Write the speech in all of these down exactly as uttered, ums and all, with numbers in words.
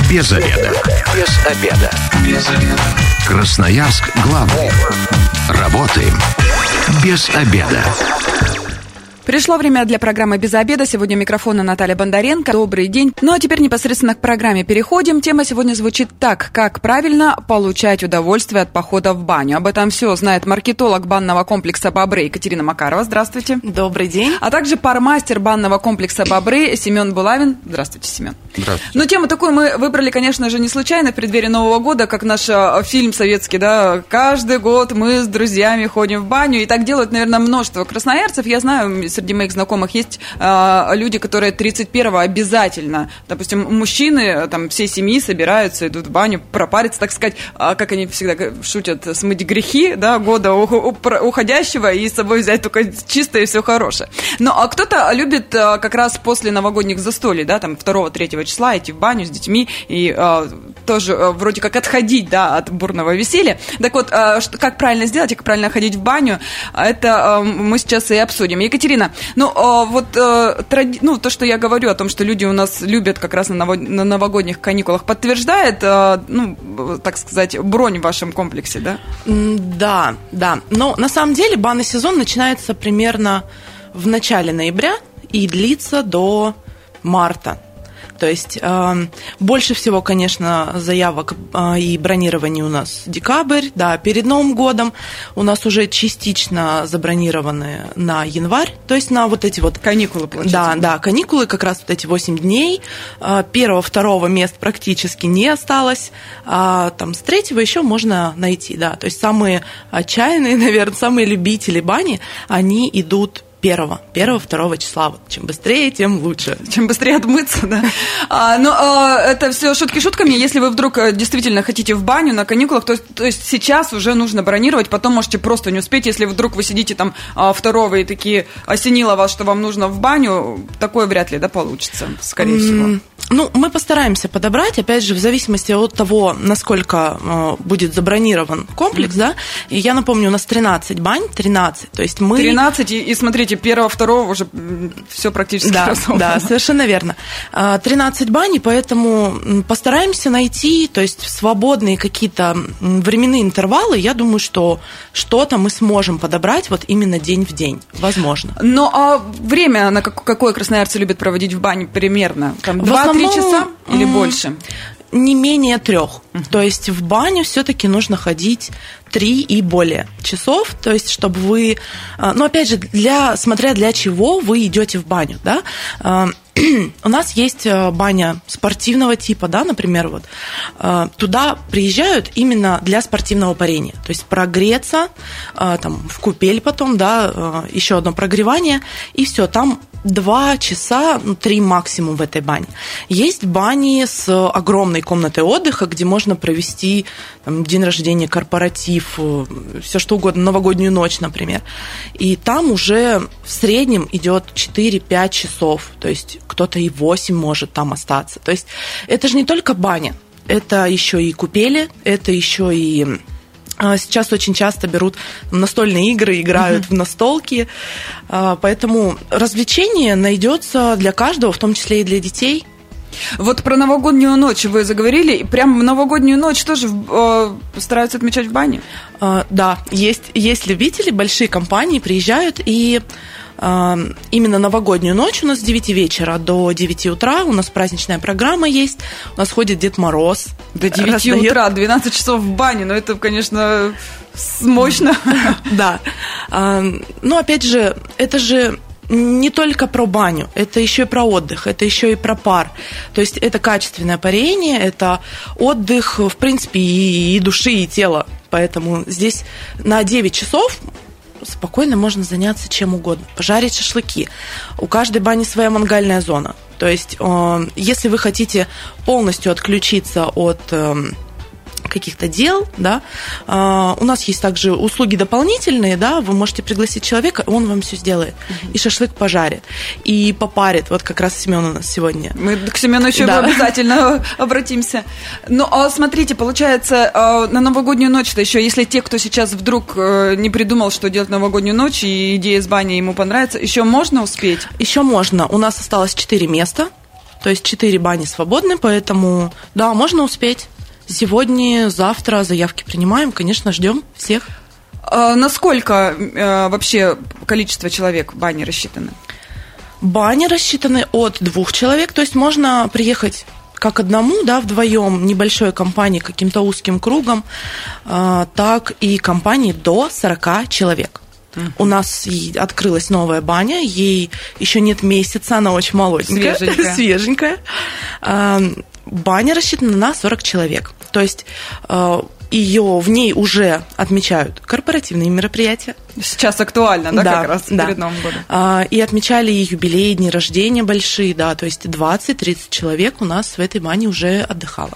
Без обеда. Без обеда. Без обеда. Красноярск главный. Работаем без обеда. Пришло время для программы «Без обеда». Сегодня у микрофона Наталья Бондаренко. Добрый день. Ну а теперь непосредственно к программе переходим. Тема сегодня звучит так: как правильно получать удовольствие от похода в баню. Об этом все знает маркетолог банного комплекса «Бобры» Екатерина Макарова. Здравствуйте. Добрый день. А также пармастер банного комплекса «Бобры» Семен Булавин. Здравствуйте, Семен. Здравствуйте. Ну, тему такую мы выбрали, конечно же, не случайно в преддверии Нового года, как наш фильм советский, да. Каждый год мы с друзьями ходим в баню, и так делают, наверное, множество красноярцев. Я знаю, среди моих знакомых есть э, люди, которые тридцать первого обязательно, допустим, мужчины там всей семьи собираются, идут в баню, пропариться, так сказать, э, как они всегда шутят, смыть грехи, да, года уходящего и с собой взять только чистое и все хорошее. Ну, а кто-то любит э, как раз после новогодних застолий, да, там второго-третьего числа идти в баню с детьми и э, тоже э, вроде как отходить, да, от бурного веселья. Так вот, э, что, как правильно сделать и как правильно ходить в баню, это э, мы сейчас и обсудим. Екатерина, ну, вот, тради... ну, то, что я говорю о том, что люди у нас любят как раз на, ново... на новогодних каникулах, подтверждает, ну, так сказать, бронь в вашем комплексе, да? Да, да. Но на самом деле банный сезон начинается примерно в начале ноября и длится до марта. То есть э, больше всего, конечно, заявок э, и бронирований у нас декабрь, да, перед Новым годом у нас уже частично забронированы на январь, то есть на вот эти вот... Каникулы, получается. Да, да, каникулы, как раз вот эти восемь дней, э, первого, второго мест практически не осталось, а там с третьего еще можно найти, да, то есть самые отчаянные, наверное, самые любители бани, они идут Первого, первого, второго числа. Вот, чем быстрее, тем лучше. Чем быстрее отмыться, да. А, ну, а, это все шутки шутками. Если вы вдруг действительно хотите в баню на каникулах, то, то есть сейчас уже нужно бронировать, потом можете просто не успеть. Если вдруг вы сидите там второго и такие осенило вас, что вам нужно в баню, такое вряд ли, да, получится, скорее всего. Ну, мы постараемся подобрать, опять же, в зависимости от того, насколько э, будет забронирован комплекс, mm-hmm. да. И я напомню, у нас тринадцать бань, тринадцать, то есть мы... тринадцать, и, и смотрите, первого, второго уже все практически да, разобрано. Да, совершенно верно. тринадцать бань, и поэтому постараемся найти, то есть свободные какие-то временные интервалы, я думаю, что что-то мы сможем подобрать вот именно день в день, возможно. Ну, а время, на какое красноярцы любят проводить в бане примерно? Там два-три часа или м- больше? Не менее трех. Uh-huh. То есть в баню все-таки нужно ходить три и более часов, то есть чтобы вы, ну опять же, для, смотря для чего вы идете в баню, да. У нас есть баня спортивного типа, да, например, вот туда приезжают именно для спортивного парения, то есть прогреться, там в купель потом, да, еще одно прогревание и все, там два часа, ну, три максимум в этой бане. Есть бани с огромной комнатой отдыха, где можно провести там, день рождения, корпоратив, все что угодно, новогоднюю ночь, например. И там уже в среднем идет четыре-пять часов, то есть кто-то и восемь может там остаться. То есть это же не только баня, это еще и купели, это еще и... Сейчас очень часто берут настольные игры, играют uh-huh. в настолки, поэтому развлечение найдется для каждого, в том числе и для детей. Вот про новогоднюю ночь вы заговорили, и прям новогоднюю ночь тоже э, стараются отмечать в бане? Да, есть, есть любители, большие компании приезжают, и именно новогоднюю ночь у нас с девяти вечера до девяти утра, у нас праздничная программа есть, у нас ходит Дед Мороз. До девяти утра, двенадцать часов в бане, но это, конечно, мощно. Да, но опять же, это же не только про баню, это еще и про отдых, это еще и про пар. То есть это качественное парение, это отдых, в принципе, и души, и тела. Поэтому здесь на девять часов спокойно можно заняться чем угодно. Пожарить шашлыки. У каждой бани своя мангальная зона. То есть, если вы хотите полностью отключиться от каких-то дел, да. У нас есть также услуги дополнительные, да, вы можете пригласить человека, он вам все сделает. Uh-huh. И шашлык пожарит, и попарит. Вот как раз Семен у нас сегодня. Мы к Семену еще да. обязательно обратимся. Ну, а смотрите, получается, на новогоднюю ночь-то еще, если те, кто сейчас вдруг не придумал, что делать новогоднюю ночь, и идея с баней ему понравится, еще можно успеть? Еще можно. У нас осталось четыре места. То есть четыре бани свободны, поэтому, да, можно успеть. Сегодня, завтра заявки принимаем, конечно, ждем всех. А насколько э, вообще количество человек в бане рассчитано? Бани рассчитаны от двух человек, то есть можно приехать как одному, да, вдвоем, небольшой компании, каким-то узким кругом, э, так и компании до сорока человек. Mm-hmm. У нас открылась новая баня, ей еще нет месяца, она очень молоденькая, свеженькая. свеженькая. Э, баня рассчитана на сорок человек, то есть э, ее, в ней уже отмечают корпоративные мероприятия. Сейчас актуально, да, да как раз да. перед Новым годом. А, и отмечали и юбилеи, дни рождения большие, да, то есть двадцать-тридцать человек у нас в этой бане уже отдыхало.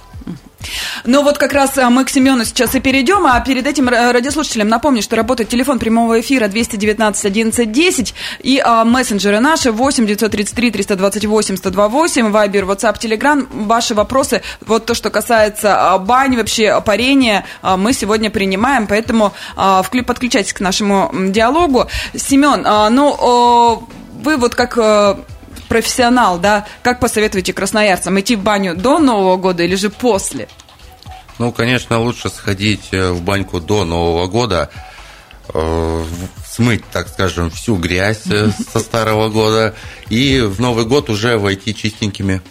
Ну вот как раз мы к Семену сейчас и перейдем, а перед этим радиослушателям напомню, что работает телефон прямого эфира двести девятнадцать одиннадцать десять и а, мессенджеры наши восемь девятьсот тридцать три триста двадцать восемь сто двадцать восемь, Вайбер, Ватсап, Телеграм. Ваши вопросы, вот то, что касается бани, вообще парения, мы сегодня принимаем, поэтому а, подключайтесь к нашему диалогу. Семен, а, ну вы вот как профессионал, да, как посоветуете красноярцам, идти в баню до Нового года или же после? Ну, конечно, лучше сходить в баньку до Нового года, э, смыть, так скажем, всю грязь со старого года и в Новый год уже войти чистенькими.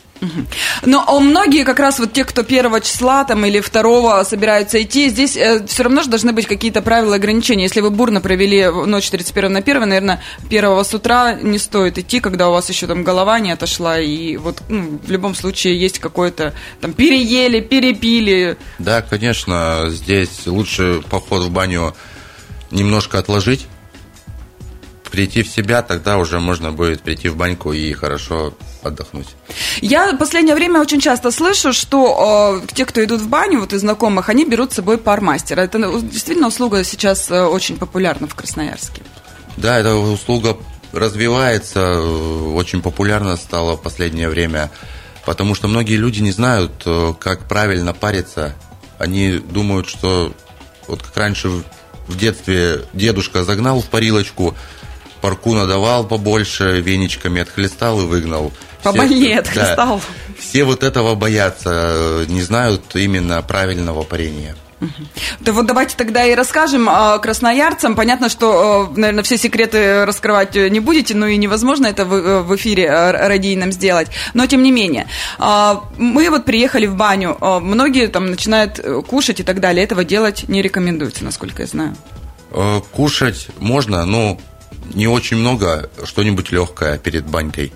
Но многие как раз вот те, кто первого числа там, или второго собираются идти, здесь э, все равно же должны быть какие-то правила и ограничения. Если вы бурно провели ночь тридцать первого на первое, наверное, первого с утра не стоит идти, когда у вас еще там голова не отошла, и вот ну, в любом случае есть какое-то там переели, перепили. Да, конечно, здесь лучше поход в баню немножко отложить, прийти в себя, тогда уже можно будет прийти в баньку и хорошо отдохнуть. Я в последнее время очень часто слышу, что э, те, кто идут в баню, вот из знакомых, они берут с собой пармастера. Это действительно услуга сейчас э, очень популярна в Красноярске. Да, эта услуга развивается, очень популярна стала в последнее время, потому что многие люди не знают, как правильно париться. Они думают, что вот как раньше в детстве дедушка загнал в парилочку, парку надавал побольше, веничками отхлестал и выгнал. Побольнее отхлестал. Да, все вот этого боятся, не знают именно правильного парения. Да вот давайте тогда и расскажем красноярцам. Понятно, что, наверное, все секреты раскрывать не будете, но и невозможно это в эфире радийном сделать. Но тем не менее, мы вот приехали в баню, многие там начинают кушать и так далее. Этого делать не рекомендуется, насколько я знаю. Кушать можно, но не очень много, что-нибудь легкое перед банькой.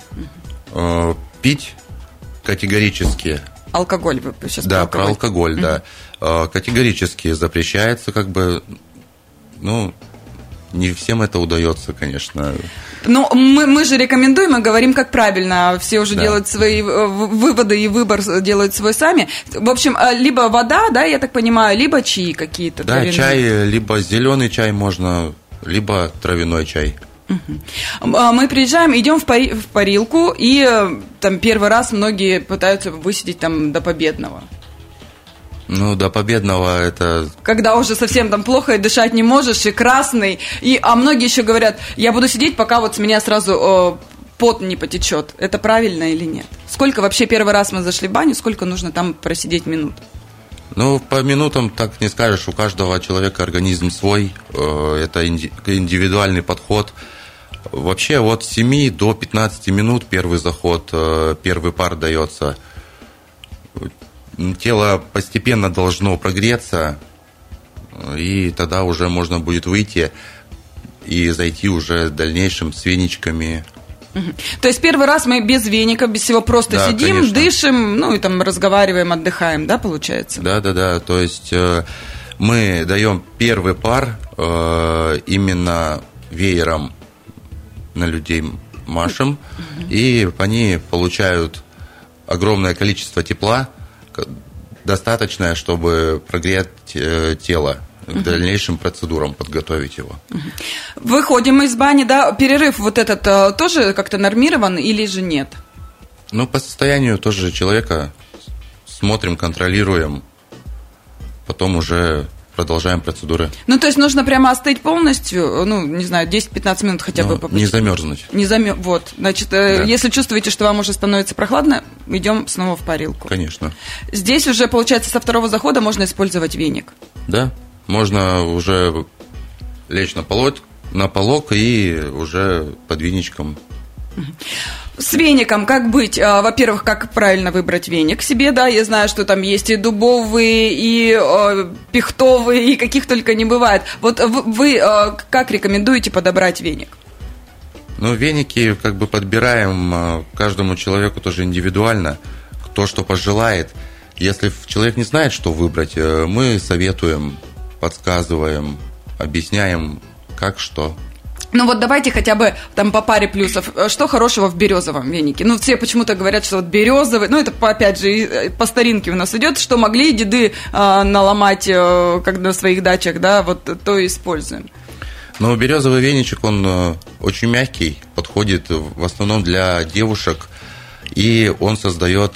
Пить категорически. Алкоголь вы сейчас Да, про алкоголь, mm-hmm. да. Категорически запрещается, как бы, ну, не всем это удается, конечно. Ну, мы, мы же рекомендуем и говорим, как правильно. Все уже да. делают свои выводы и выбор делают свой сами. В общем, либо вода, да, я так понимаю, либо чаи какие-то. Да, травяные. Чай, либо зеленый чай можно, либо травяной чай. Uh-huh. Мы приезжаем, идем в, пари, в парилку, и там первый раз многие пытаются высидеть там до победного. Ну, до победного это... Когда уже совсем там плохо и дышать не можешь, и красный, и, а многие еще говорят, я буду сидеть, пока вот с меня сразу о, пот не потечет. Это правильно или нет? Сколько вообще первый раз мы зашли в баню, сколько нужно там просидеть минут? Ну, по минутам так не скажешь, у каждого человека организм свой, это индивидуальный подход. Вообще от семи до пятнадцати минут первый заход, первый пар дается. Тело постепенно должно прогреться, и тогда уже можно будет выйти и зайти уже в дальнейшем с веничками. То есть первый раз мы без веника, без всего просто да, сидим, конечно. Дышим, ну и там разговариваем, отдыхаем, да, получается? Да, да, да. То есть э, мы даем первый пар э, именно веером на людей машем, угу. и они получают огромное количество тепла, достаточное, чтобы прогреть э, тело. К дальнейшим процедурам подготовить его. Выходим из бани, да, перерыв вот этот тоже как-то нормирован или же нет? Ну, по состоянию тоже человека смотрим, контролируем, потом уже продолжаем процедуры. Ну, то есть нужно прямо остыть полностью, ну, не знаю, десять-пятнадцать минут хотя Но бы побыть. Не замерзнуть. Не замер... Вот, значит, да. Если чувствуете, что вам уже становится прохладно, идем снова в парилку. Конечно. Здесь уже, получается, со второго захода можно использовать веник. Да, можно уже лечь на полок, на полок и уже под веничком. С веником как быть? Во-первых, как правильно выбрать веник себе, да, я знаю, что там есть и дубовые, и э, пихтовые, и каких только не бывает. Вот вы э, как рекомендуете подобрать веник? Ну, веники как бы подбираем каждому человеку тоже индивидуально, кто что пожелает. Если человек не знает, что выбрать, мы советуем, подсказываем, объясняем, как что. Ну вот давайте хотя бы там по паре плюсов. Что хорошего в березовом венике? Ну все почему-то говорят, что вот березовый, ну это опять же по старинке у нас идет, что могли деды э, наломать э, как на своих дачах, да, вот то и используем. Ну березовый веничек, он очень мягкий, подходит в основном для девушек, и он создает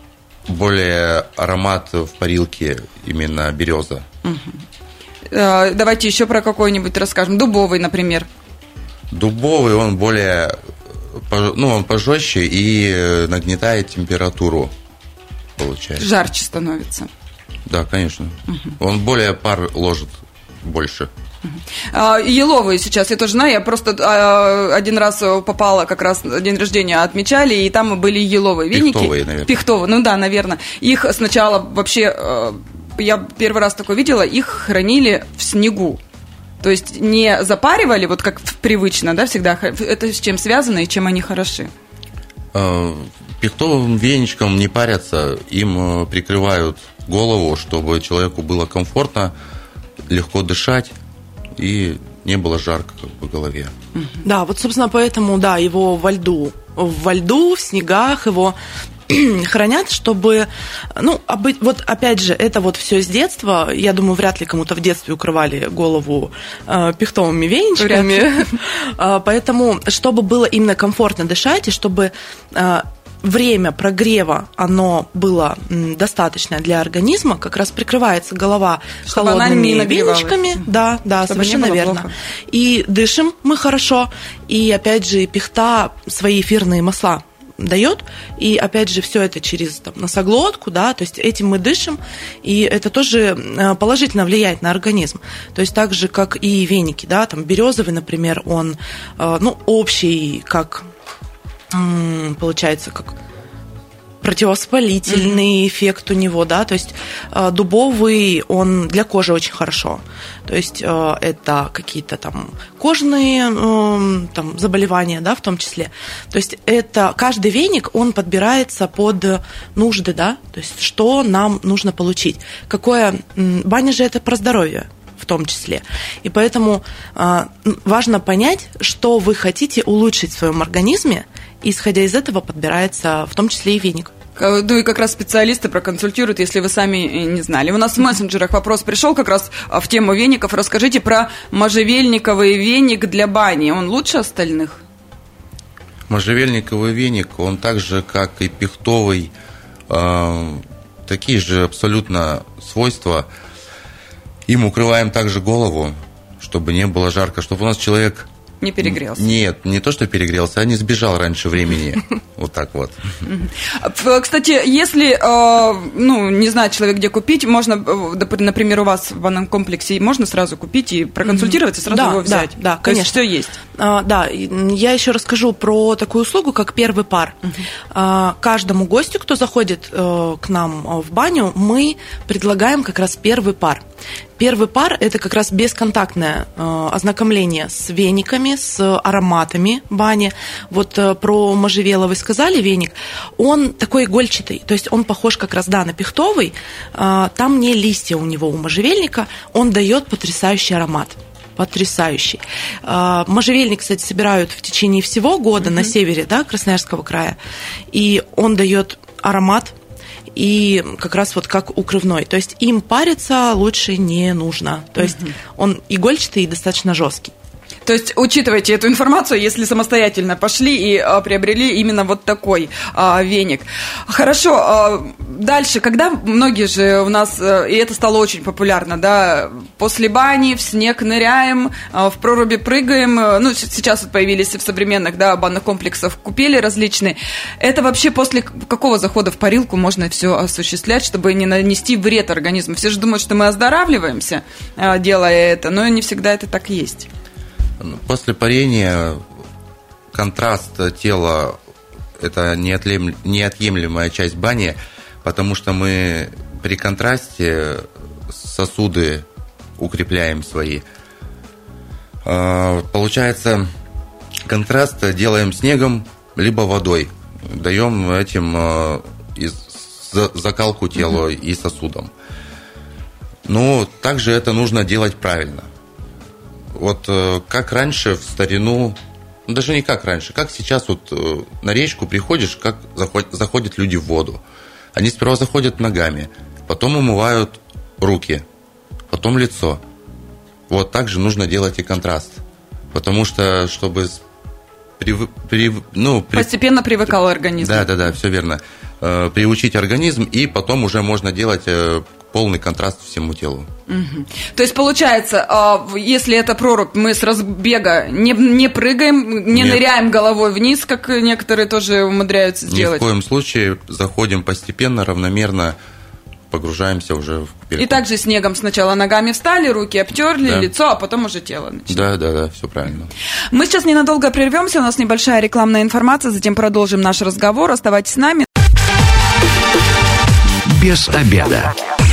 более аромат в парилке, именно береза. Угу. Э, давайте еще про какой-нибудь расскажем. Дубовый, например. Дубовый, он более, ну, он пожестче и нагнетает температуру, получается. Жарче становится. Да, конечно. Угу. Он более пар ложит больше. Uh-huh. Еловые сейчас, я тоже знаю, я просто uh, один раз попала, как раз день рождения отмечали, и там были еловые веники. Пихтовые, наверное. Пихтовые, ну да, наверное. Их сначала вообще, uh, я первый раз такое видела, их хранили в снегу. То есть не запаривали, вот как привычно, да, всегда. Это с чем связано и чем они хороши? Пихтовым веничком не парятся, им прикрывают голову, чтобы человеку было комфортно, легко дышать и не было жарко как бы в голове. Да, вот, собственно, поэтому, да, его во льду, во льду, в снегах его хранят, чтобы, ну, вот опять же, это вот все с детства. Я думаю, вряд ли кому-то в детстве укрывали голову э, пихтовыми веничками. Поэтому, чтобы было именно комфортно дышать, и чтобы э, время прогрева, оно было достаточное для организма, как раз прикрывается голова чтобы холодными веничками. Да, да, чтобы совершенно верно. Плохо. И дышим мы хорошо. И опять же, пихта свои эфирные масла дает, и опять же все это через там, носоглотку, да, то есть этим мы дышим, и это тоже положительно влияет на организм. То есть так же, как и веники, да, там березовый, например, он, ну, общий, как, получается, как противовоспалительный mm-hmm. эффект у него, да, то есть э, дубовый, он для кожи очень хорошо, то есть э, это какие-то там кожные э, там, заболевания, да, в том числе, то есть это каждый веник, он подбирается под нужды, да, то есть что нам нужно получить, какое, баня же это про здоровье, в том числе. И поэтому э, важно понять, что вы хотите улучшить в своем организме, и, исходя из этого, подбирается в том числе и веник. Ну и как раз специалисты проконсультируют, если вы сами не знали. У нас в мессенджерах вопрос пришел как раз в тему веников. Расскажите про можжевельниковый веник для бани. Он лучше остальных? Можжевельниковый веник, он так же, как и пихтовый, э, такие же абсолютно свойства. Им укрываем также голову, чтобы не было жарко, чтобы у нас человек... Не перегрелся. Нет, не то, что перегрелся, а не сбежал раньше времени. Вот так вот. Кстати, если, ну, не знает человек, где купить, можно, например, у вас в банном комплексе можно сразу купить и проконсультироваться, сразу его взять. Да, да, конечно. Все есть. Да, я еще расскажу про такую услугу, как первый пар. Каждому гостю, кто заходит к нам в баню, мы предлагаем как раз первый пар. Первый пар – это как раз бесконтактное э, ознакомление с вениками, с ароматами бани. Вот э, про можжевеловый сказали веник. Он такой игольчатый, то есть он похож как раз, да, на пихтовый. Э, там не листья у него, у можжевельника. Он дает потрясающий аромат. Потрясающий. Э, можжевельник, кстати, собирают в течение всего года mm-hmm. на севере, да, Красноярского края. И он дает аромат. И как раз вот как укрывной. То есть им париться лучше не нужно. То есть mm-hmm. он игольчатый и достаточно жесткий. То есть учитывайте эту информацию, если самостоятельно пошли и а, приобрели именно вот такой а, веник. Хорошо, а, дальше, когда многие же у нас, а, и это стало очень популярно, да, после бани в снег ныряем, а, в проруби прыгаем, а, ну, сейчас вот появились в современных, да, банных комплексах купели различные. Это вообще после какого захода в парилку можно все осуществлять, чтобы не нанести вред организму? Все же думают, что мы оздоравливаемся, а, делая это, но не всегда это так есть. После парения контраст тела – это неотъемлемая часть бани, потому что мы при контрасте сосуды укрепляем свои. Получается, контраст делаем снегом либо водой, даем этим закалку телу и сосудам. Но также это нужно делать правильно. Вот как раньше в старину, ну, даже не как раньше, как сейчас вот на речку приходишь, как заходят, заходят люди в воду. Они сперва заходят ногами, потом умывают руки, потом лицо. Вот так же нужно делать и контраст. Потому что, чтобы прив, прив, ну, при... постепенно привыкал организм. Да, да, да, все верно. Приучить организм, и потом уже можно делать полный контраст всему телу. Угу. То есть, получается, если это прорубь, мы с разбега не, не прыгаем, не Нет. ныряем головой вниз, как некоторые тоже умудряются сделать? Ни в коем случае. Заходим постепенно, равномерно, погружаемся уже в купельку. И также снегом сначала ногами встали, руки обтерли, да. лицо, а потом уже тело начали. Да, да, да, все правильно. Мы сейчас ненадолго прервемся, у нас небольшая рекламная информация, затем продолжим наш разговор. Оставайтесь с нами. Без обеда.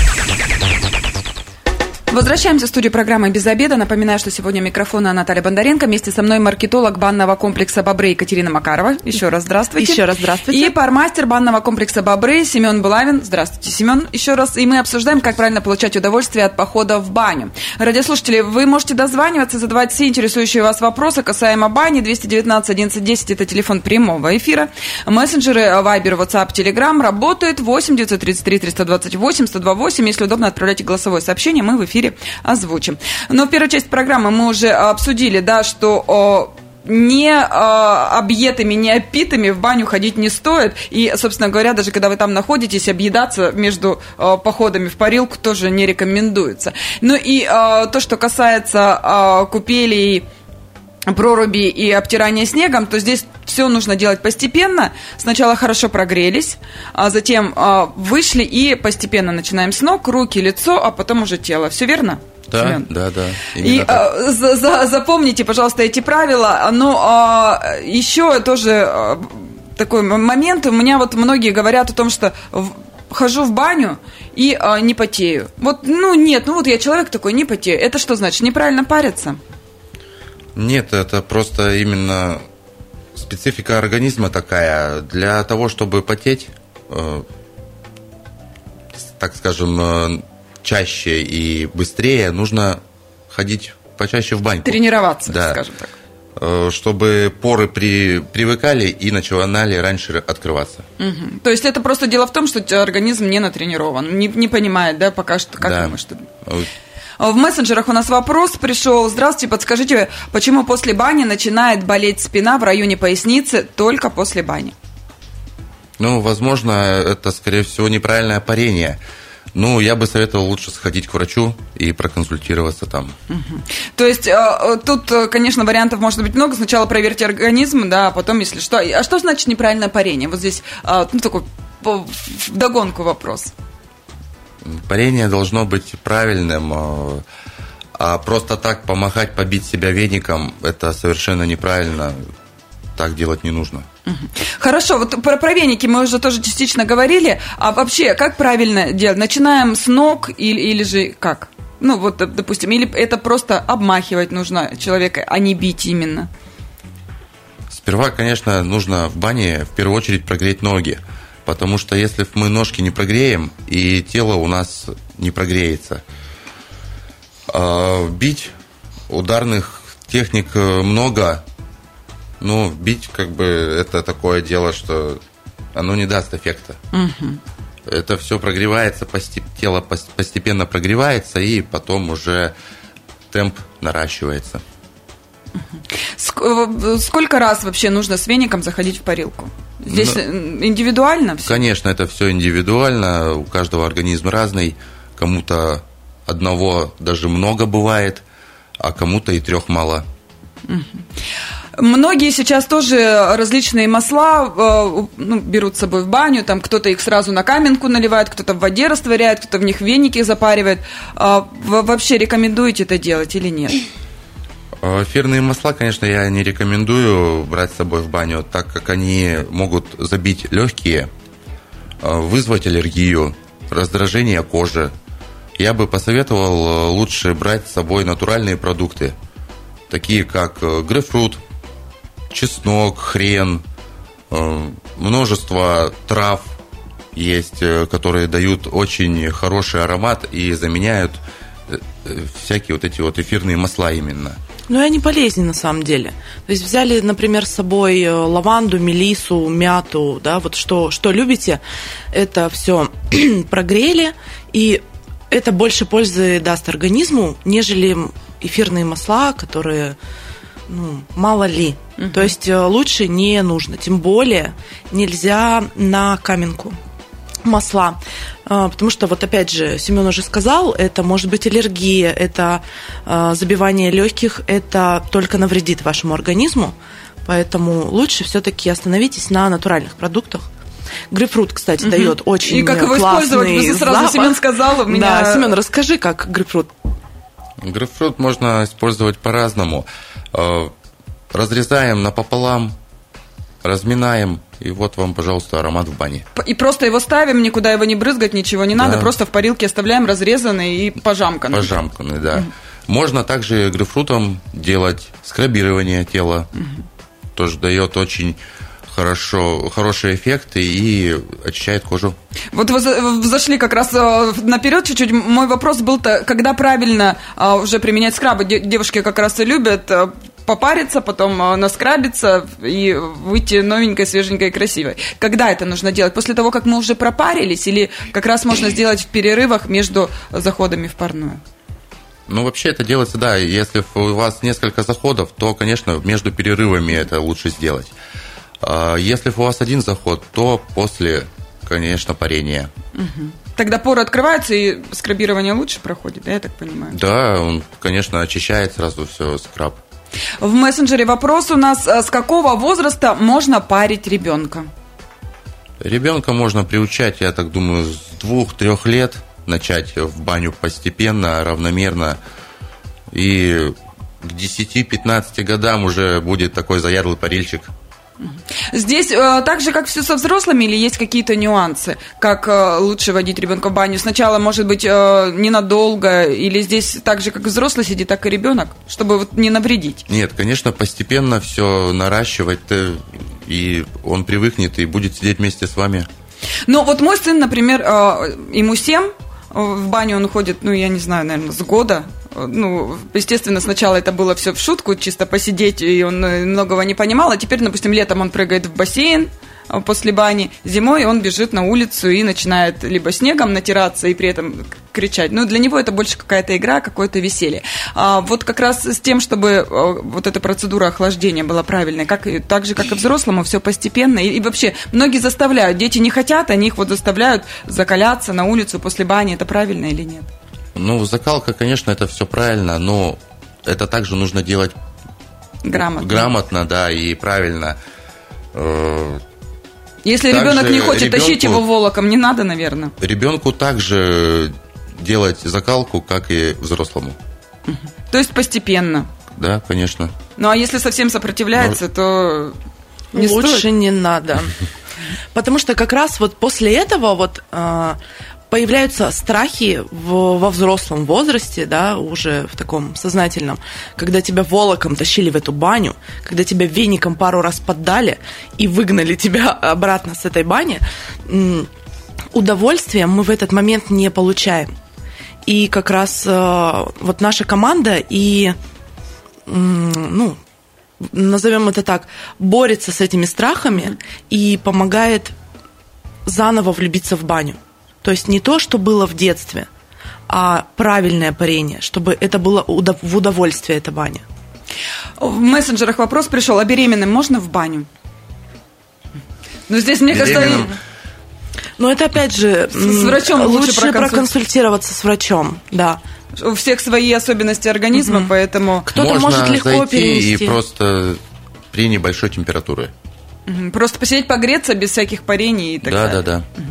Возвращаемся в студию программы «Без обеда». Напоминаю, что сегодня микрофона Наталья Бондаренко. Вместе со мной маркетолог банного комплекса «Бобры» Екатерина Макарова. Еще раз здравствуйте. Еще раз здравствуйте. И пармастер банного комплекса «Бобры» Семен Булавин. Здравствуйте, Семен. Еще раз. И мы обсуждаем, как правильно получать удовольствие от похода в баню. Радиослушатели, вы можете дозваниваться, задавать все интересующие вас вопросы касаемо бани. двести девятнадцать одиннадцать десять – это телефон прямого эфира. Мессенджеры Viber, WhatsApp, Telegram работают. восемь девятьсот тридцать три триста двадцать восемь сто двадцать восемь. Если удобно, отправляйте голосовое сообщение. Мы в эфире озвучим. Но в первой части программы мы уже обсудили, да, что о, не о, объетыми, не опитыми в баню ходить не стоит. И, собственно говоря, даже когда вы там находитесь, объедаться между о, походами в парилку тоже не рекомендуется. Ну и о, то, что касается о, купелей, проруби и обтирания снегом, то здесь все нужно делать постепенно. Сначала хорошо прогрелись, а затем а, вышли и постепенно начинаем с ног, руки, лицо, а потом уже тело. Все верно? Да, Семен? да, да. И а, за, за, запомните, пожалуйста, эти правила. Но а, еще тоже а, такой момент. У меня вот многие говорят о том, что в, хожу в баню и а, не потею. Вот, ну нет, ну вот я человек такой, не потею. Это что значит? Неправильно париться? Нет, это просто именно специфика организма такая. Для того, чтобы потеть, э, так скажем, э, чаще и быстрее, нужно ходить почаще в баньку. Тренироваться, да. скажем так. Э, чтобы поры при, привыкали и начинали раньше открываться. Угу. То есть это просто дело в том, что организм не натренирован, не, не понимает, да, пока что, как да. мы что. В мессенджерах у нас вопрос пришел. Здравствуйте, подскажите, почему после бани начинает болеть спина в районе поясницы только после бани? Ну, возможно, это, скорее всего, неправильное парение. Ну, я бы советовал лучше сходить к врачу и проконсультироваться там. Угу. То есть тут, конечно, вариантов может быть много. Сначала проверьте организм, да, а потом, если что. А что значит неправильное парение? Вот здесь, ну, такой вдогонку вопрос. Парение должно быть правильным, а просто так помахать, побить себя веником, это совершенно неправильно, так делать не нужно. Хорошо, вот про, про веники мы уже тоже частично говорили, а вообще, как правильно делать? Начинаем с ног или, или же как? Ну, вот, допустим, или это просто обмахивать нужно человека, а не бить именно? Сперва, конечно, нужно в бане в первую очередь прогреть ноги. Потому что если мы ножки не прогреем, и тело у нас не прогреется. А бить ударных техник много, но бить как бы это такое дело, что оно не даст эффекта. Угу. Это все прогревается, тело постепенно прогревается, и потом уже темп наращивается. Сколько раз вообще нужно с веником заходить в парилку? Здесь ну, индивидуально все? Конечно, это все индивидуально, у каждого организм разный, кому-то одного даже много бывает, а кому-то и трех мало. Многие сейчас тоже различные масла ну, берут с собой в баню, там кто-то их сразу на каменку наливает, кто-то в воде растворяет, кто-то в них веники запаривает. Вы вообще рекомендуете это делать или нет? Эфирные масла, конечно, я не рекомендую брать с собой в баню, так как они могут забить легкие, вызвать аллергию, раздражение кожи. Я бы посоветовал лучше брать с собой натуральные продукты, такие как грейпфрут, чеснок, хрен, множество трав есть, которые дают очень хороший аромат и заменяют всякие вот эти вот эфирные масла именно. Ну, и они полезнее на самом деле. То есть взяли, например, с собой лаванду, мелиссу, мяту, да, вот что, что любите, это все прогрели, и это больше пользы даст организму, нежели эфирные масла, которые, ну, мало ли. Uh-huh. То есть лучше не нужно, тем более нельзя на каменку масла, потому что, вот опять же, Семен уже сказал, это может быть аллергия, это забивание легких, это только навредит вашему организму, поэтому лучше все-таки остановитесь на натуральных продуктах. Грейпфрут, кстати, угу. дает очень классный запах. И как его использовать, сразу запах. Семен сказал, у меня... Да, Семен, расскажи, как грейпфрут. Грейпфрут можно использовать по-разному. Разрезаем напополам, разминаем, и вот вам, пожалуйста, аромат в бане. И просто его ставим, никуда его не брызгать, ничего не да. надо, просто в парилке оставляем разрезанный и пожамканный. Пожамканный, да. Угу. Можно также грейпфрутом делать скрабирование тела. Угу. Тоже дает очень хорошо, хорошие эффекты и очищает кожу. Вот вы зашли как раз наперед чуть-чуть. Мой вопрос был-то, когда правильно уже применять скрабы? Девушки как раз и любят попариться, потом наскрабиться и выйти новенькой, свеженькой и красивой. Когда это нужно делать? После того, как мы уже пропарились, или как раз можно сделать в перерывах между заходами в парную? Ну, вообще это делается, да, если у вас несколько заходов, то, конечно, между перерывами это лучше сделать. Если у вас один заход, то после, конечно, парения. Угу. Тогда поры открываются, и скрабирование лучше проходит, да, я так понимаю? Да, он, конечно, очищает сразу все, скраб. В мессенджере вопрос у нас: с какого возраста можно парить ребенка? Ребенка можно приучать, я так думаю, с двух-трех лет начать в баню постепенно, равномерно. И к десяти-пятнадцати годам уже будет такой заядлый парильщик. Здесь э, так же, как все со взрослыми, или есть какие-то нюансы, как э, лучше водить ребенка в баню? Сначала, может быть, э, ненадолго, или здесь так же, как взрослый сидит, так и ребенок, чтобы вот не навредить? Нет, конечно, постепенно все наращивать, и он привыкнет и будет сидеть вместе с вами. Ну, вот мой сын, например, э, ему семь, в баню он ходит, ну, я не знаю, наверное, с года. Ну, естественно, сначала это было все в шутку, чисто посидеть, и он многого не понимал. А теперь, допустим, летом он прыгает в бассейн после бани, зимой он бежит на улицу и начинает либо снегом натираться и при этом кричать. Ну, для него это больше какая-то игра, какое-то веселье. А вот как раз с тем, чтобы вот эта процедура охлаждения была правильной, как, так же, как и взрослому, все постепенно. И, и вообще, многие заставляют, дети не хотят, они их вот заставляют закаляться на улицу после бани. Это правильно или нет? Ну, закалка, конечно, это все правильно, но это также нужно делать грамотно, грамотно, да, и правильно. Если также ребенок не хочет ребенку, тащить его волоком, не надо, наверное. Ребенку также делать закалку, как и взрослому. Угу. То есть постепенно. Да, конечно. Ну, а если совсем сопротивляется, но... то не лучше стоит? Не надо. Потому что как раз вот после этого вот появляются страхи в, во взрослом возрасте, да, уже в таком сознательном, когда тебя волоком тащили в эту баню, когда тебя веником пару раз поддали и выгнали тебя обратно с этой бани, удовольствия мы в этот момент не получаем. И как раз вот наша команда и, ну, назовем это так, борется с этими страхами и помогает заново влюбиться в баню. То есть не то, что было в детстве, а правильное парение, чтобы это было в удовольствие, эта баня. В мессенджерах вопрос пришел, а беременным можно в баню? Ну, здесь, мне Беременным... кажется... Но это, опять же, с, с врачом лучше, лучше проконсуль... проконсультироваться с врачом, да. У всех свои особенности организма, угу. поэтому... Кто-то можно может легко зайти перенести. И просто при небольшой температуре. Угу. Просто посидеть, погреться без всяких парений и так да, далее. Да, да, да.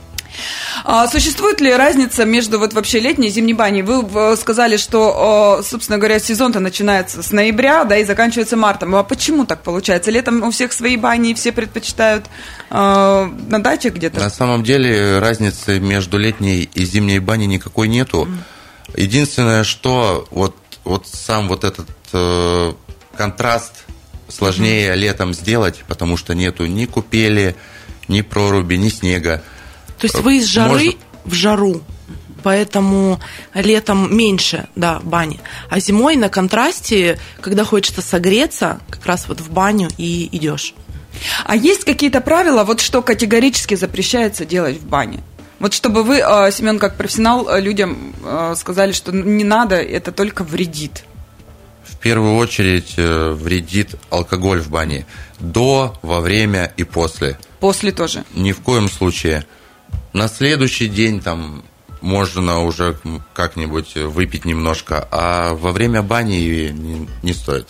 А существует ли разница между вот вообще летней и зимней баней? Вы сказали, что, собственно говоря, сезон-то начинается с ноября, да, и заканчивается мартом. А почему так получается? Летом у всех свои бани, и все предпочитают э, на дачах где-то? На самом деле разницы между летней и зимней баней никакой нету. Mm. Единственное, что вот, вот сам вот этот э, контраст сложнее mm. летом сделать, потому что нету ни купели, ни проруби, ни снега. То есть вы из жары Можно... в жару, поэтому летом меньше, да, бани. А зимой на контрасте, когда хочется согреться, как раз вот в баню и идешь. А есть какие-то правила, вот что категорически запрещается делать в бане? Вот чтобы вы, Семен, как профессионал, людям сказали, что не надо, это только вредит. В первую очередь вредит алкоголь в бане. До, во время и после. После тоже? Ни в коем случае. На следующий день там можно уже как-нибудь выпить немножко, а во время бани не, не стоит.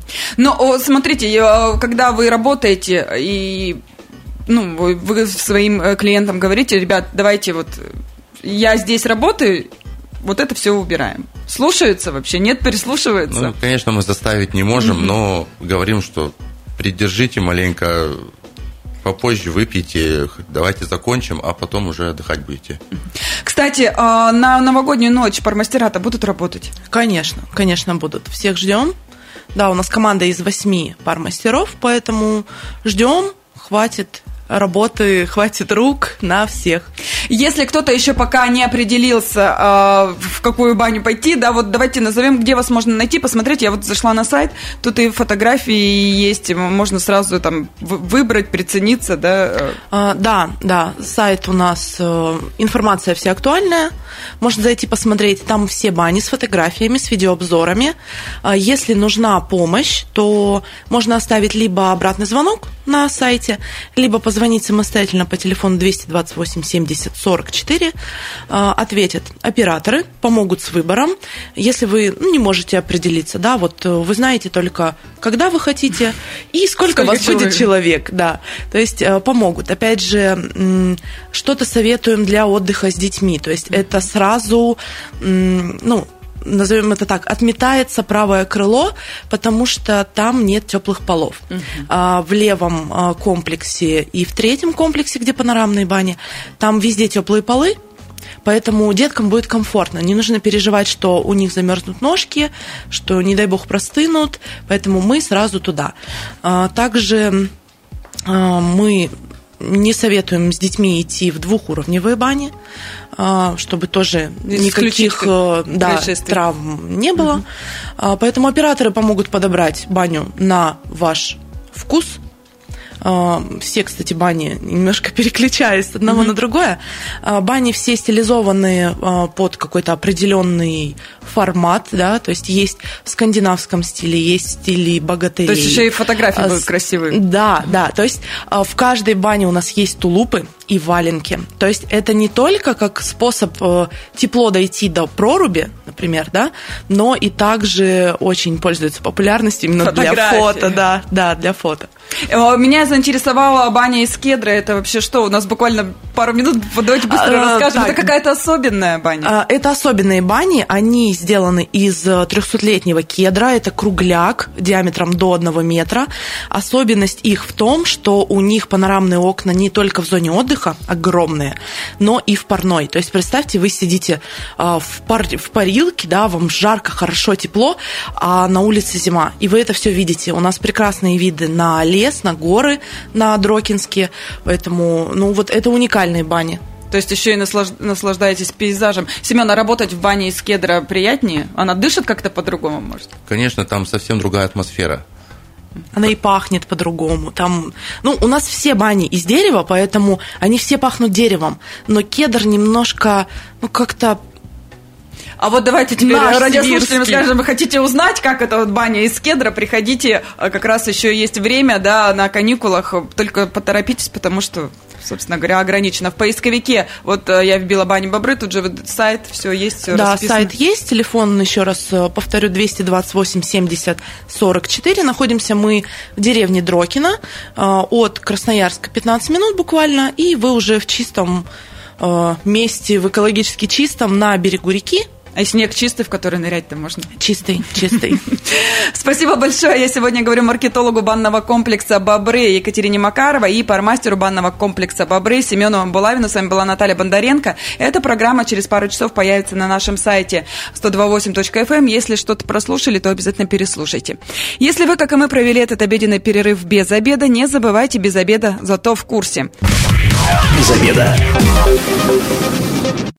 Но смотрите, когда вы работаете и ну, вы своим клиентам говорите, ребят, давайте вот я здесь работаю, вот это все убираем. Слушаются вообще? Нет, переслушиваются? Ну, конечно, мы заставить не можем, mm-hmm. но говорим, что придержите маленько. Попозже выпейте, давайте закончим, а потом уже отдыхать будете. Кстати, на новогоднюю ночь пармастера-то будут работать? Конечно, конечно будут. Всех ждем. Да, у нас команда из восьми пармастеров, поэтому ждем, хватит работы, хватит рук на всех. Если кто-то еще пока не определился, в какую баню пойти, да, вот давайте назовем, где вас можно найти, посмотреть. Я вот зашла на сайт, тут и фотографии есть, можно сразу там выбрать, прицениться, да? А, да, да, сайт у нас, информация вся актуальная, можно зайти посмотреть, там все бани с фотографиями, с видеообзорами. Если нужна помощь, то можно оставить либо обратный звонок на сайте, либо позвонить самостоятельно по телефону двести двадцать восемь семьдесят сорок четыре, ответят операторы, помогут с выбором. Если вы ну, не можете определиться, да, вот вы знаете только, когда вы хотите и сколько, сколько вас человек. будет человек, да, то есть помогут. Опять же, что-то советуем для отдыха с детьми, то есть это сразу, ну, назовем это так, отметается правое крыло, потому что там нет теплых полов. Uh-huh. А в левом комплексе и в третьем комплексе, где панорамные бани, там везде теплые полы, поэтому деткам будет комфортно. Не нужно переживать, что у них замерзнут ножки, что, не дай бог, простынут, поэтому мы сразу туда. А также мы не советуем с детьми идти в двухуровневые бани, чтобы тоже никаких да, травм не было. Uh-huh. Поэтому операторы помогут подобрать баню на ваш вкус. Все, кстати, бани, немножко переключаясь с одного uh-huh. на другое, бани все стилизованные под какой-то определенный формат, да, то есть есть в скандинавском стиле, есть в стиле богатырей. То есть еще и фотографии а, будут красивые. Да, да, то есть в каждой бане у нас есть тулупы и валенки. То есть это не только как способ тепло дойти до проруби, например, да, но и также очень пользуется популярностью именно для фото, да, да, для фото. Меня заинтересовала баня из кедра. Это вообще что? У нас буквально пару минут. Давайте быстро а, расскажем. Так, это какая-то особенная баня. Это особенные бани. Они сделаны из трехсотлетнего кедра. Это кругляк диаметром до одного метра. Особенность их в том, что у них панорамные окна не только в зоне отдыха огромные, но и в парной. То есть представьте, вы сидите в, пар... в парилке, да, вам жарко, хорошо, тепло, а на улице зима. И вы это все видите. У нас прекрасные виды на лес, на горы, на Дрокинске. Поэтому, ну, вот это уникальные бани. То есть еще и наслаж... наслаждаетесь пейзажем. Семен, а работать в бане из кедра приятнее? Она дышит как-то по-другому, может? Конечно, там совсем другая атмосфера. Она и пахнет по-другому. Там, ну, у нас все бани из дерева, поэтому они все пахнут деревом. Но кедр немножко, ну, как-то А вот давайте теперь Наш радиослушателям сибирский. скажем, вы хотите узнать, как это вот баня из кедра, приходите, как раз еще есть время, да, на каникулах, только поторопитесь, потому что, собственно говоря, ограничено. В поисковике, вот я вбила «Баня Бобры», тут же сайт, все есть, все Да, расписано. сайт есть, телефон, еще раз повторю, двести двадцать восемь семьдесят сорок четыре. Находимся мы в деревне Дрокино, от Красноярска пятнадцать минут буквально, и вы уже в чистом месте, в экологически чистом, на берегу реки. А снег чистый, в который нырять-то можно? Чистый, чистый. Спасибо большое. Я сегодня говорю маркетологу банного комплекса «Бобры» Екатерине Макаровой и пармастеру банного комплекса «Бобры» Семену Булавину. С вами была Наталья Бондаренко. Эта программа через пару часов появится на нашем сайте сто два восемь точка эф эм. Если что-то прослушали, то обязательно переслушайте. Если вы, как и мы, провели этот обеденный перерыв без обеда, не забывайте без обеда, зато в курсе. Без обеда.